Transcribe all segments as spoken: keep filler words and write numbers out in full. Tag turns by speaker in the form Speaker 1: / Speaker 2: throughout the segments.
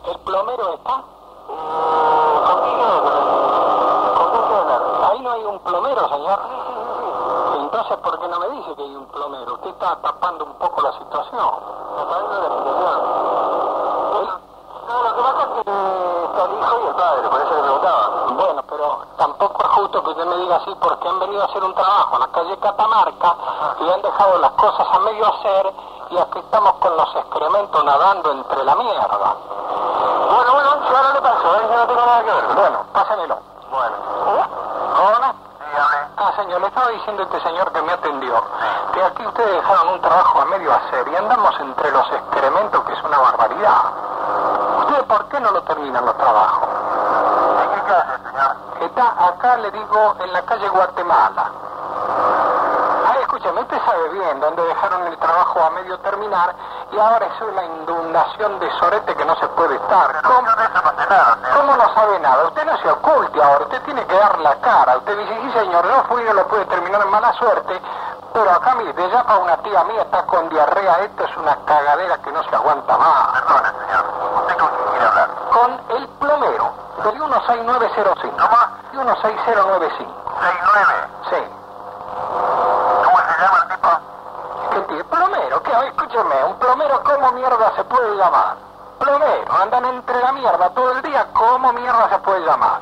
Speaker 1: ¿El plomero está?
Speaker 2: Eh, ¿Con quién queda? ¿Con quién queda hablar?
Speaker 1: Ahí no hay un plomero, señor.
Speaker 2: Sí, sí, sí.
Speaker 1: Entonces, ¿por qué no me dice que hay un plomero? Usted está tapando un poco la situación.
Speaker 2: Tapando la situación. No, lo que pasa es que está el hijo y el padre, por eso le preguntaba.
Speaker 1: Bueno, pero tampoco es justo que usted me diga así porque han venido a hacer un trabajo en la calle Catamarca y han dejado las cosas a medio hacer y aquí estamos con los excrementos nadando entre la mierda.
Speaker 2: Bueno, bueno, si ahora le paso, ¿eh? Yo no tengo nada que ver.
Speaker 1: Bueno, pásenmelo.
Speaker 2: Bueno.
Speaker 1: ¿Hola?
Speaker 2: Sí, hable.
Speaker 1: Ah, señor, le estaba diciendo a este señor que me atendió que aquí ustedes dejaron un trabajo a medio hacer y andamos entre los excrementos, que es una barbaridad. ¿Ustedes por qué no lo terminan los trabajos?
Speaker 2: ¿En qué calle, señor?
Speaker 1: Está acá, le digo, en la calle Guatemala. Ay, escúcheme, usted sabe bien dónde dejaron el trabajo a medio terminar y ahora es una inundación de sorete que no se puede estar.
Speaker 2: Pero
Speaker 1: ¿Cómo,
Speaker 2: yo de eso no sé nada, señor.
Speaker 1: ¿Cómo no sabe nada? Usted no se oculte ahora, usted tiene que dar la cara. Usted dice, sí señor, no fui, no lo pude terminar en mala suerte, pero acá, mire, de allá para una tía mía está con diarrea, esto es una cagadera que no se aguanta más.
Speaker 2: Perdone, señor. ¿Usted con quién quiere hablar?
Speaker 1: Con el plomero, del uno seis nueve cero cinco.
Speaker 2: ¿Cómo?
Speaker 1: uno seis cero nueve cinco.
Speaker 2: seis nueve.
Speaker 1: Sí.
Speaker 2: ¿Cómo se llama el tipo?
Speaker 1: ¿Qué tío? ¿Plomero? ¿Qué? Escúcheme, ¿un plomero cómo mierda se puede llamar? Plomero, andan entre la mierda todo el día, ¿cómo mierda se puede llamar?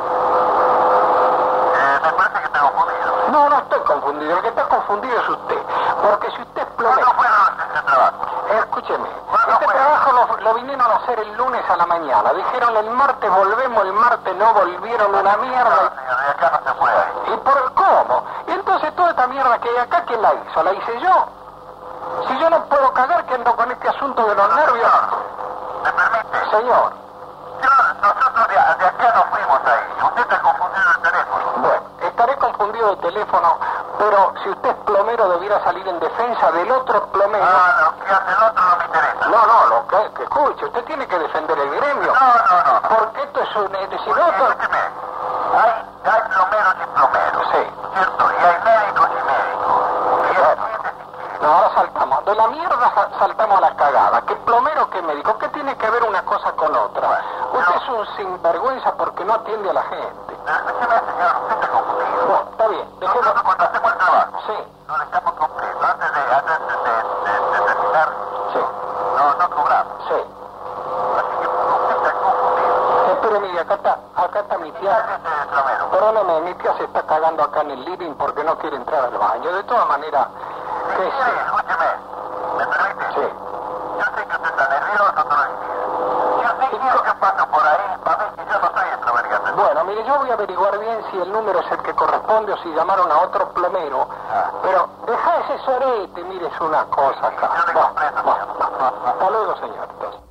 Speaker 2: Eh, me parece que está confundido.
Speaker 1: No, no estoy confundido, el que está confundido es usted, porque si usted es plomero...
Speaker 2: ¿Cuándo fueron ese trabajo?
Speaker 1: Escúcheme,
Speaker 2: ¿Cuándo
Speaker 1: este
Speaker 2: fue?
Speaker 1: trabajo lo, lo vinieron a hacer el lunes a la mañana, dijeron el martes volvemos, el martes no volvieron una
Speaker 2: No,
Speaker 1: mierda.
Speaker 2: señor, de acá no se fue ahí.
Speaker 1: ¿Y por cómo? Y entonces toda esta mierda que hay acá, ¿quién la hizo? ¿La hice yo? Si yo no puedo cagar que ando con este asunto de los nervios...
Speaker 2: ¿Me permite?
Speaker 1: Señor,
Speaker 2: Yo, nosotros de, de acá no fuimos ahí. Usted está confundiendo el teléfono.
Speaker 1: bueno, estaré confundido de teléfono, pero si usted es plomero debiera salir en defensa del otro plomero...
Speaker 2: No, lo que hace el otro no me interesa.
Speaker 1: No, no, lo que, que escuche, usted tiene que defender el gremio.
Speaker 2: No, no, no.
Speaker 1: Porque esto es un... Es decir,
Speaker 2: Porque,
Speaker 1: otro...
Speaker 2: escúcheme, hay, hay plomeros y plomeros.
Speaker 1: Sí.
Speaker 2: ¿Cierto? Y hay médicos y médicos. Y hay
Speaker 1: Bueno.
Speaker 2: clientes y clientes.
Speaker 1: No, ahora saltamos. De la mierda sa- saltamos a la cagada. ¿Qué plomero, qué médico? ¿Qué tiene que ver una cosa con otra?
Speaker 2: Bueno,
Speaker 1: Usted
Speaker 2: no.
Speaker 1: es un sinvergüenza porque no atiende a la gente.
Speaker 2: Pero escúcheme, señor, usted está confundido.
Speaker 1: Bueno, está bien. Dejemos...
Speaker 2: Nosotros cuando hacemos el trabajo,
Speaker 1: Sí,
Speaker 2: lo dejamos completo. Antes de, antes de, de, de, de terminar,
Speaker 1: sí,
Speaker 2: no, no cobramos.
Speaker 1: sí.
Speaker 2: Así que usted está confundido.
Speaker 1: Espere, mire, acá está, acá está mi tía.
Speaker 2: Cállese de plomero.
Speaker 1: Perdóneme, mi tía se está cagando acá en el living porque no quiere entrar al baño. De todas maneras,
Speaker 2: Si
Speaker 1: que
Speaker 2: quiere,
Speaker 1: sí.
Speaker 2: escúcheme, ¿me permite?
Speaker 1: Sí.
Speaker 2: Yo sé que usted está nervioso, todo lo que quiera. Yo sé quiero que paso por ahí para ver que yo no soy el plomero.
Speaker 1: Bueno, mire, yo voy a averiguar bien si el número es el que corresponde o si llamaron a otro plomero.
Speaker 2: Ah.
Speaker 1: Pero deja ese sorete, mire, es una cosa acá.
Speaker 2: Yo le
Speaker 1: Bueno,
Speaker 2: comprendo,
Speaker 1: bueno,
Speaker 2: señor.
Speaker 1: hasta luego, señor. Entonces.